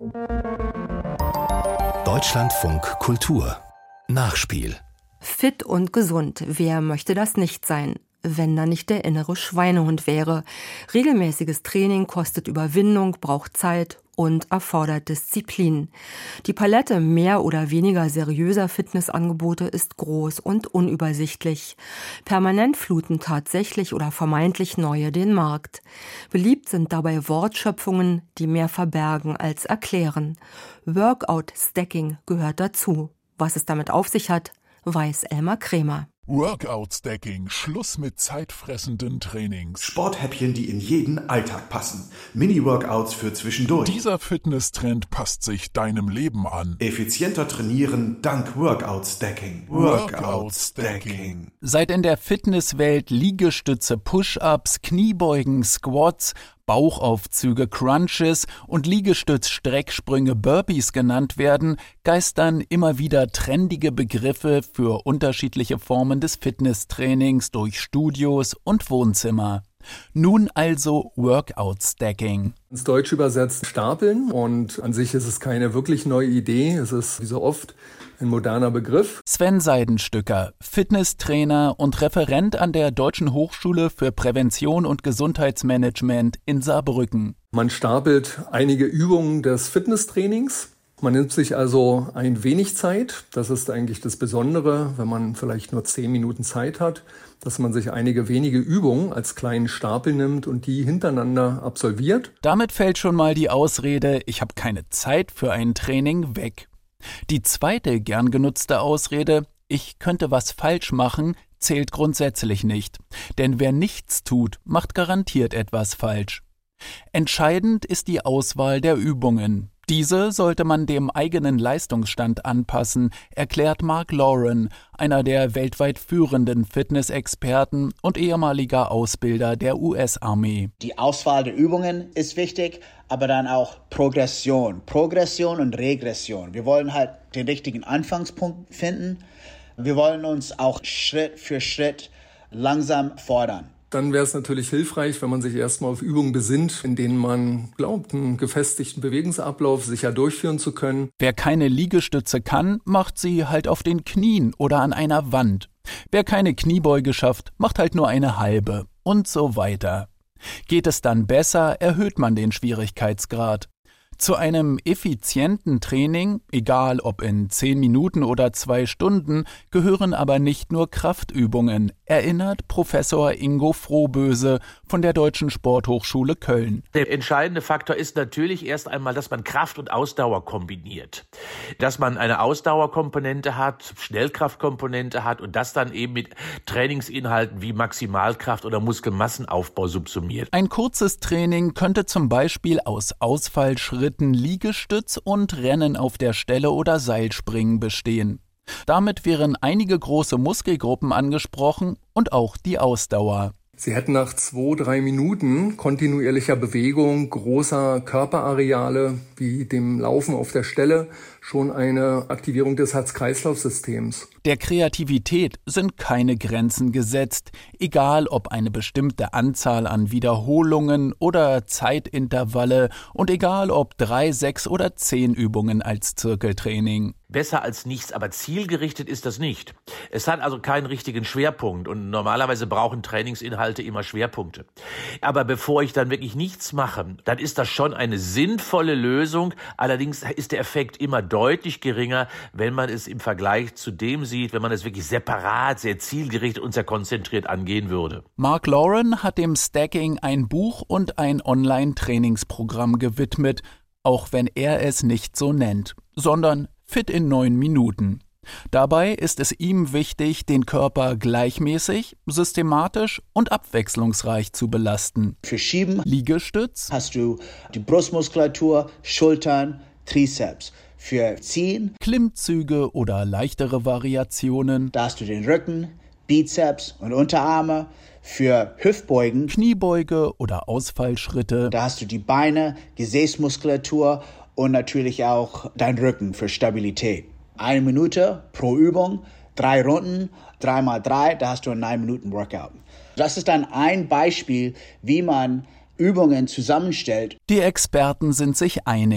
Deutschlandfunk Kultur Nachspiel. Fit und gesund, wer möchte das nicht sein? Wenn da nicht der innere Schweinehund wäre. Regelmäßiges Training kostet Überwindung, braucht Zeit und erfordert Disziplin. Die Palette mehr oder weniger seriöser Fitnessangebote ist groß und unübersichtlich. Permanent fluten tatsächlich oder vermeintlich neue den Markt. Beliebt sind dabei Wortschöpfungen, die mehr verbergen als erklären. Workout-Stacking gehört dazu. Was es damit auf sich hat, weiß Elmar Krämer. Workout-Stacking, Schluss mit zeitfressenden Trainings. Sporthäppchen, die in jeden Alltag passen. Mini-Workouts für zwischendurch. Dieser Fitnesstrend passt sich deinem Leben an. Effizienter trainieren dank Workout-Stacking. Workout-Stacking. Seit in der Fitnesswelt Liegestütze, Push-Ups, Kniebeugen, Squats, Bauchaufzüge, Crunches und Liegestütz-Strecksprünge, Burpees genannt werden, geistern immer wieder trendige Begriffe für unterschiedliche Formen des Fitnesstrainings durch Studios und Wohnzimmer. Nun also Workout-Stacking. Ins Deutsche übersetzt Stapeln, und an sich ist es keine wirklich neue Idee, es ist wie so oft ein moderner Begriff. Sven Seidenstücker, Fitnesstrainer und Referent an der Deutschen Hochschule für Prävention und Gesundheitsmanagement in Saarbrücken. Man stapelt einige Übungen des Fitnesstrainings. Man nimmt sich also ein wenig Zeit. Das ist eigentlich das Besondere, wenn man vielleicht nur 10 Minuten Zeit hat, dass man sich einige wenige Übungen als kleinen Stapel nimmt und die hintereinander absolviert. Damit fällt schon mal die Ausrede, ich habe keine Zeit für ein Training, weg. Die zweite gern genutzte Ausrede, ich könnte was falsch machen, zählt grundsätzlich nicht. Denn wer nichts tut, macht garantiert etwas falsch. Entscheidend ist die Auswahl der Übungen. Diese sollte man dem eigenen Leistungsstand anpassen, erklärt Mark Lauren, einer der weltweit führenden Fitnessexperten und ehemaliger Ausbilder der US-Armee. Die Auswahl der Übungen ist wichtig, aber dann auch Progression und Regression. Wir wollen halt den richtigen Anfangspunkt finden. Wir wollen uns auch Schritt für Schritt langsam fordern. Dann wäre es natürlich hilfreich, wenn man sich erstmal auf Übungen besinnt, in denen man glaubt, einen gefestigten Bewegungsablauf sicher durchführen zu können. Wer keine Liegestütze kann, macht sie halt auf den Knien oder an einer Wand. Wer keine Kniebeuge schafft, macht halt nur eine halbe und so weiter. Geht es dann besser, erhöht man den Schwierigkeitsgrad. Zu einem effizienten Training, egal ob in 10 Minuten oder 2 Stunden, gehören aber nicht nur Kraftübungen, erinnert Professor Ingo Frohböse von der Deutschen Sporthochschule Köln. Der entscheidende Faktor ist natürlich erst einmal, dass man Kraft und Ausdauer kombiniert. Dass man eine Ausdauerkomponente hat, Schnellkraftkomponente hat und das dann eben mit Trainingsinhalten wie Maximalkraft oder Muskelmassenaufbau subsumiert. Ein kurzes Training könnte zum Beispiel aus Ausfallschritten, Liegestütz und Rennen auf der Stelle oder Seilspringen bestehen. Damit wären einige große Muskelgruppen angesprochen und auch die Ausdauer. Sie hätten nach 2-3 Minuten kontinuierlicher Bewegung großer Körperareale wie dem Laufen auf der Stelle schon eine Aktivierung des Herz-Kreislauf-Systems. Der Kreativität sind keine Grenzen gesetzt, egal ob eine bestimmte Anzahl an Wiederholungen oder Zeitintervalle und egal ob 3, 6 oder 10 Übungen als Zirkeltraining. Besser als nichts, aber zielgerichtet ist das nicht. Es hat also keinen richtigen Schwerpunkt und normalerweise brauchen Trainingsinhalte immer Schwerpunkte. Aber bevor ich dann wirklich nichts mache, dann ist das schon eine sinnvolle Lösung. Allerdings ist der Effekt immer deutlich geringer, wenn man es im Vergleich zu dem sieht, wenn man es wirklich separat, sehr zielgerichtet und sehr konzentriert angehen würde. Mark Lauren hat dem Stacking ein Buch und ein Online-Trainingsprogramm gewidmet, auch wenn er es nicht so nennt, sondern Fit in 9 Minuten. Dabei ist es ihm wichtig, den Körper gleichmäßig, systematisch und abwechslungsreich zu belasten. Für Schieben Liegestütz hast du die Brustmuskulatur, Schultern, Trizeps. Für Ziehen Klimmzüge oder leichtere Variationen. Da hast du den Rücken, Bizeps und Unterarme. Für Hüftbeugen Kniebeuge oder Ausfallschritte. Da hast du die Beine, Gesäßmuskulatur und natürlich auch dein Rücken für Stabilität. 1 Minute pro Übung, 3 Runden, 3x3, da hast du einen 9-Minuten-Workout. Das ist dann ein Beispiel, wie man Übungen zusammenstellt. Die Experten sind sich einig.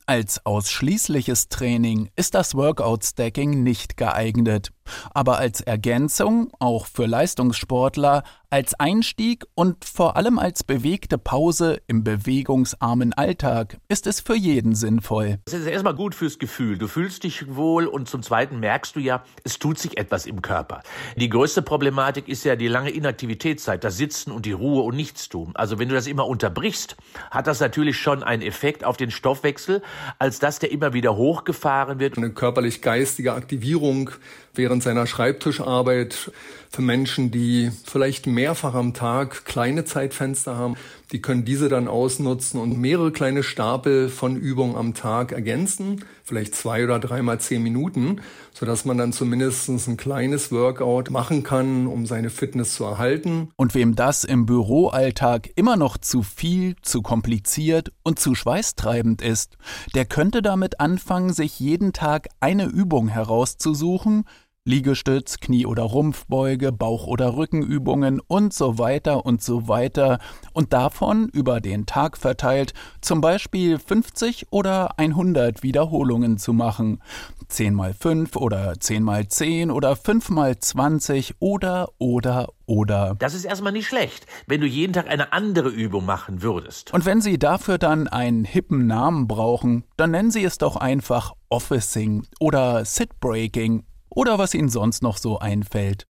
Als ausschließliches Training ist das Workout-Stacking nicht geeignet, aber als Ergänzung, auch für Leistungssportler, als Einstieg und vor allem als bewegte Pause im bewegungsarmen Alltag ist es für jeden sinnvoll. Das ist erstmal gut fürs Gefühl. Du fühlst dich wohl und zum Zweiten merkst du ja, es tut sich etwas im Körper. Die größte Problematik ist ja die lange Inaktivitätszeit, das Sitzen und die Ruhe und Nichtstun. Also wenn du das immer unterbrichst, hat das natürlich schon einen Effekt auf den Stoffwechsel, als dass der immer wieder hochgefahren wird. Eine körperlich-geistige Aktivierung während seiner Schreibtischarbeit für Menschen, die vielleicht mehrfach am Tag kleine Zeitfenster haben, die können diese dann ausnutzen und mehrere kleine Stapel von Übungen am Tag ergänzen, vielleicht 2 oder 3 mal 10 Minuten, sodass man dann zumindest ein kleines Workout machen kann, um seine Fitness zu erhalten. Und wem das im Büroalltag immer noch zu viel, zu kompliziert und zu schweißtreibend ist, der könnte damit anfangen, sich jeden Tag eine Übung herauszusuchen, Liegestütz, Knie- oder Rumpfbeuge, Bauch- oder Rückenübungen und so weiter und davon über den Tag verteilt zum Beispiel 50 oder 100 Wiederholungen zu machen. 10x5 oder 10x10 oder 5x20 oder. Das ist erstmal nicht schlecht, wenn du jeden Tag eine andere Übung machen würdest. Und wenn Sie dafür dann einen hippen Namen brauchen, dann nennen Sie es doch einfach Officing oder Sit-Breaking oder was Ihnen sonst noch so einfällt.